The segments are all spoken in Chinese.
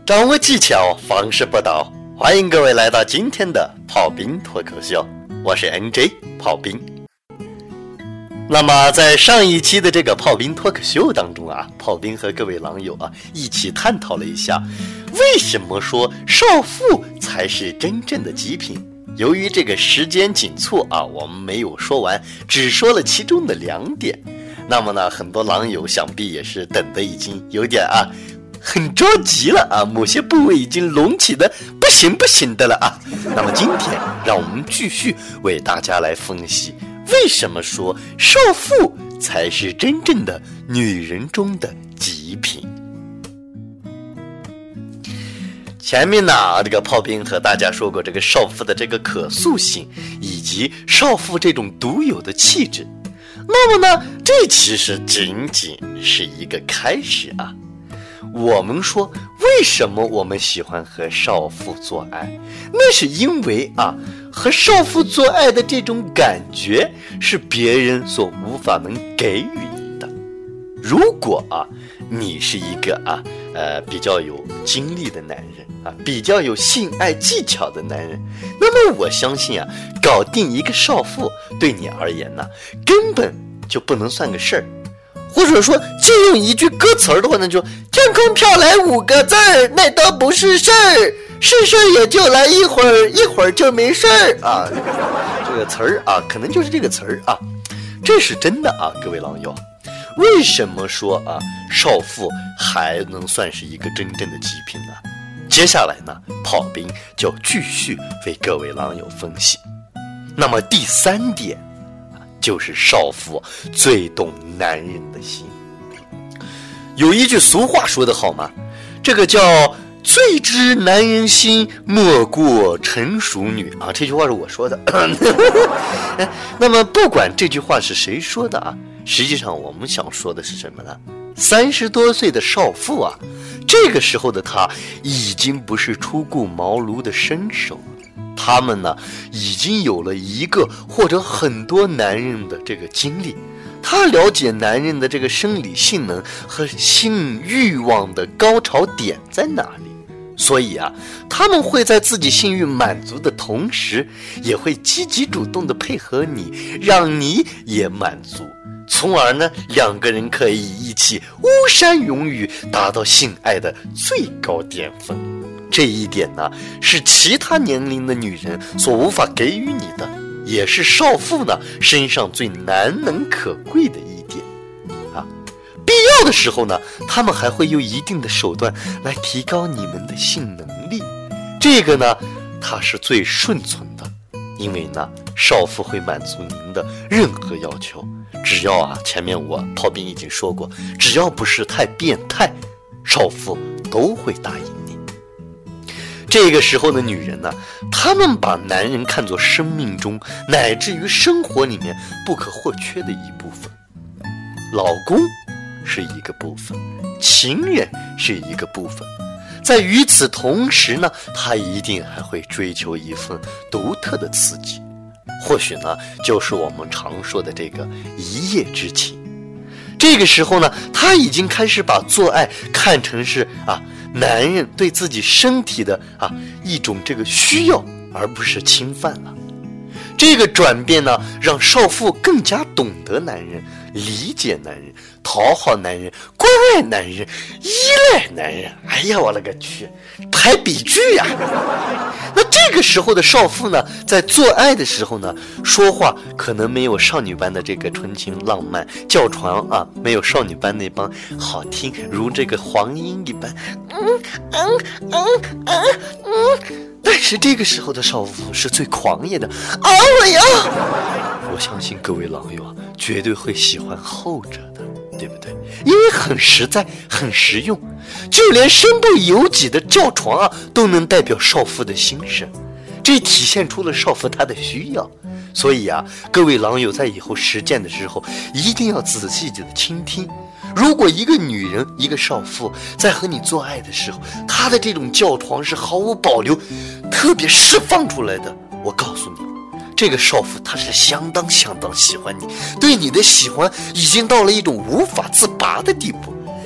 掌握技巧，方式不倒。欢迎各位来到今天的炮兵脱口秀，我是 NJ 炮兵。那么在上一期的这个炮兵脱口秀当中啊，炮兵和各位狼友啊一起探讨了一下，为什么说少妇才是真正的极品。由于这个时间紧促啊，我们没有说完，只说了其中的2点。那么呢，很多狼友想必也是等得已经有点很着急了啊，某些部位已经隆起的不行的了啊。那么今天让我们继续为大家来分析，为什么说少妇才是真正的女人中的极品。前面呢，这个炮兵和大家说过这个少妇的这个可塑性，以及少妇这种独有的气质。那么呢，这其实仅仅是一个开始啊。我们说为什么我们喜欢和少妇做爱，那是因为和少妇做爱的这种感觉是别人所无法能给予你的。如果你是一个比较有经历的男人比较有性爱技巧的男人，那么我相信搞定一个少妇对你而言根本就不能算个事儿。或者说借用一句歌词的话呢，就天空飘来5个字儿，那都不是事儿，是事儿也就来一会儿就没事儿这个词儿可能就是这个词儿这是真的各位狼友。为什么说少妇还能算是一个真正的极品呢？接下来呢，炮兵就继续为各位狼友分析。那么第3点就是少妇最懂男人的心。有一句俗话说得好嘛，这个叫最知男人心，莫过成熟女这句话是我说的那么不管这句话是谁说的实际上我们想说的是什么呢？30多岁的少妇这个时候的她已经不是初顾茅庐的身手了，他们呢已经有了一个或者很多男人的这个经历，他了解男人的这个生理性能和性欲望的高潮点在哪里，所以他们会在自己性欲满足的同时，也会积极主动的配合你，让你也满足，从而呢2个人可以一起巫山云雨，达到性爱的最高巅峰。这一点呢是其他年龄的女人所无法给予你的，也是少妇呢身上最难能可贵的一点必要的时候呢，他们还会用一定的手段来提高你们的性能力。这个呢它是最顺从的，因为呢少妇会满足您的任何要求，只要前面我炮兵已经说过，只要不是太变态，少妇都会答应你。这个时候的女人呢，她们把男人看作生命中乃至于生活里面不可或缺的一部分。老公是一个部分，情人是一个部分，在与此同时呢，她一定还会追求一份独特的刺激，或许呢就是我们常说的这个一夜之情。这个时候呢，她已经开始把做爱看成是男人对自己身体的一种这个需要，而不是侵犯了。这个转变呢，让少妇更加懂得男人，理解男人，讨好男人，关爱男人，依赖男人。哎呀，我勒个去，排比句那这个时候的少妇呢，在做爱的时候呢，说话可能没有少女般的这个纯情浪漫，叫床没有少女般那帮好听，如这个黄莺一般但是这个时候的少妇是最狂野的我要。我相信各位狼友绝对会喜欢后者的，对不对？因为很实在，很实用，就连身不由己的叫床都能代表少妇的心声，这体现出了少妇她的需要。所以各位狼友在以后实践的时候一定要仔细的倾听。如果一个女人，一个少妇在和你做爱的时候，她的这种叫床是毫无保留，特别释放出来的，我告诉你，这个少妇她是相当喜欢你，对你的喜欢已经到了一种无法自拔的地步，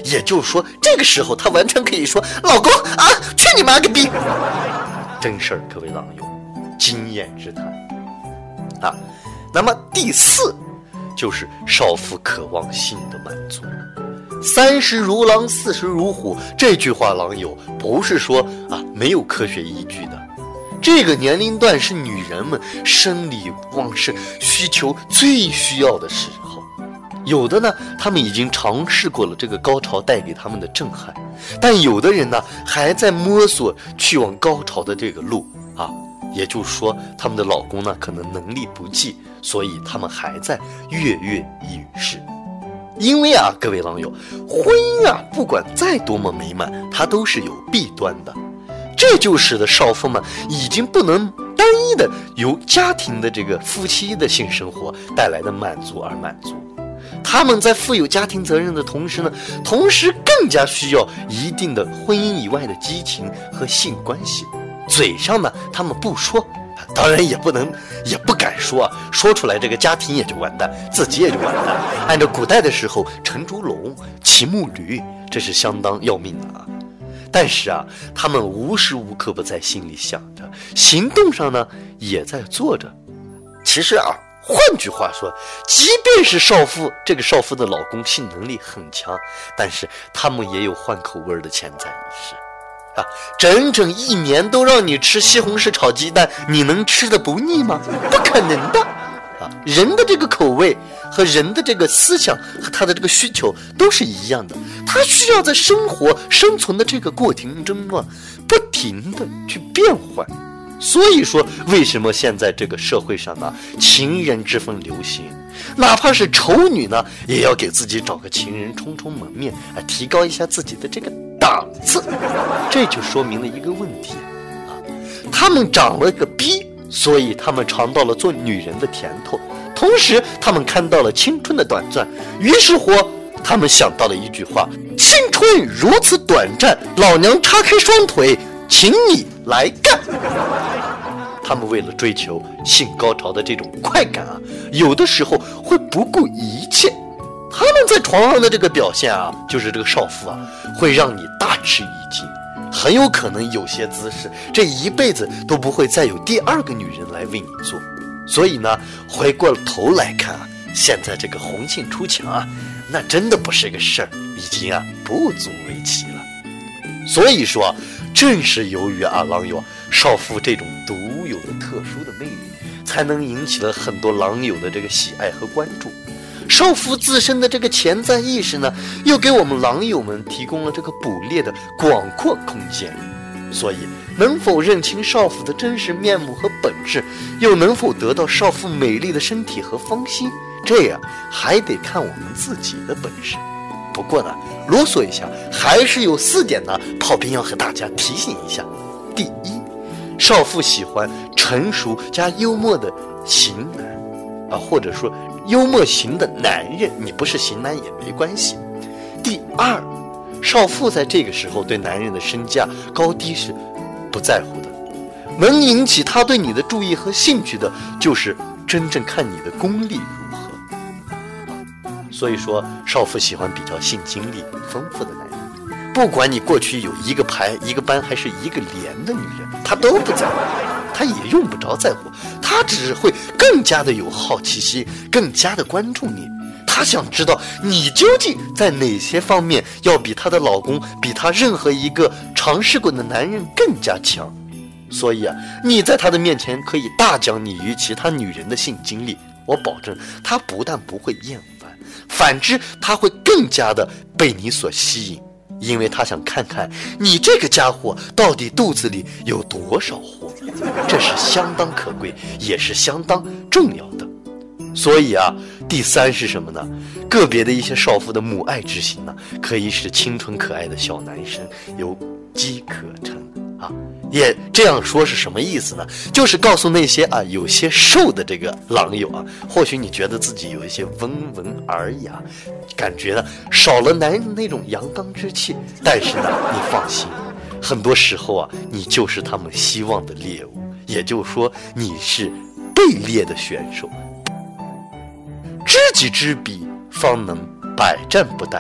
也就是说，这个时候他完全可以说：“老公啊，去你妈个逼！”真事儿，各位狼友，经验之谈啊。那么第4就是少妇渴望性的满足。30如狼，40如虎，这句话狼友不是说没有科学依据的。这个年龄段是女人们生理旺盛、需求最需要的时候。有的呢，他们已经尝试过了这个高潮带给他们的震撼，但有的人呢，还在摸索去往高潮的这个路啊。也就是说，他们的老公呢，可能能力不济，所以他们还在跃跃欲试。因为各位狼友，婚姻不管再多么美满，它都是有弊端的。这就使得少妇们已经不能单一的由家庭的这个夫妻的性生活带来的满足而满足，他们在负有家庭责任的同时呢，同时更加需要一定的婚姻以外的激情和性关系。嘴上呢，他们不说，当然也不敢说说出来这个家庭也就完蛋，自己也就完蛋。按照古代的时候，陈竹龙、骑木驴，这是相当要命的但是他们无时无刻不在心里想着，行动上呢也在做着。其实换句话说，即便是这个少妇的老公性能力很强，但是他们也有换口味的潜在意识整整1年都让你吃西红柿炒鸡蛋，你能吃得不腻吗？不可能的人的这个口味和人的这个思想和他的这个需求都是一样的，他需要在生活生存的这个过程中不停的去变换。所以说，为什么现在这个社会上情人之分流行，哪怕是丑女呢，也要给自己找个情人充充门面，提高一下自己的这个档次。这就说明了一个问题他们长了个逼，所以他们尝到了做女人的甜头，同时他们看到了青春的短暂，于是乎他们想到了一句话：青春如此短暂，老娘叉开双腿，请你来干。他们为了追求性高潮的这种快感有的时候会不顾一切。他们在床上的这个表现就是这个少妇会让你大吃一惊，很有可能有些姿势这一辈子都不会再有第2个女人来为你做。所以呢，回过了头来看现在这个红杏出墙那真的不是个事儿，已经不足为奇了。所以说，正是由于狼友少妇这种独有的特殊的魅力，才能引起了很多狼友的这个喜爱和关注。少妇自身的这个潜在意识呢，又给我们狼友们提供了这个捕猎的广阔空间。所以能否认清少妇的真实面目和本质，又能否得到少妇美丽的身体和芳心，这还得看我们自己的本事。不过呢，啰嗦一下，还是有4点呢，炮兵要和大家提醒一下。第一，少妇喜欢成熟加幽默的型男或者说幽默型的男人，你不是型男也没关系。第二，少妇在这个时候对男人的身价高低是不在乎的，能引起他对你的注意和兴趣的，就是真正看你的功力如何。所以说，少妇喜欢比较性经历丰富的男人，不管你过去有1个排、1个班还是1个连的女人，他都不在乎，他也用不着在乎，他只会更加的有好奇心，更加的关注你。他想知道你究竟在哪些方面要比她的老公，比她任何一个尝试过的男人更加强。所以你在他的面前可以大讲你与其他女人的性经历，我保证他不但不会厌烦，反之他会更加的被你所吸引，因为他想看看你这个家伙到底肚子里有多少货，这是相当可贵，也是相当重要的。所以第3是什么呢？个别的一些少妇的母爱之心呢，可以使清纯可爱的小男生有机可乘也这样说是什么意思呢？就是告诉那些有些瘦的这个狼友或许你觉得自己有一些温文尔雅，感觉呢少了男人的那种阳刚之气，但是呢你放心，很多时候你就是他们希望的猎物，也就是说你是被猎的选手。知己知彼，方能百战不殆。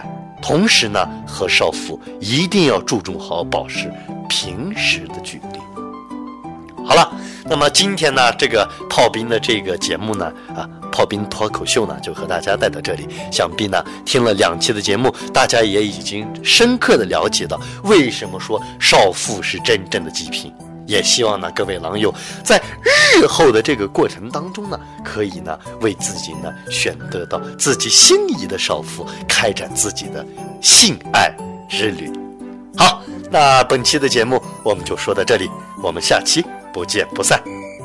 同时呢，和少妇一定要注重好保持平时的距离。好了，那么今天呢，这个炮兵的这个节目呢，炮兵脱口秀呢，就和大家带到这里。想必呢，听了2期的节目，大家也已经深刻的了解到为什么说少妇是真正的极品。也希望呢，各位狼友在日后的这个过程当中呢，可以呢为自己呢选择到自己心仪的少妇，开展自己的性爱之旅。好，那本期的节目我们就说到这里，我们下期不见不散。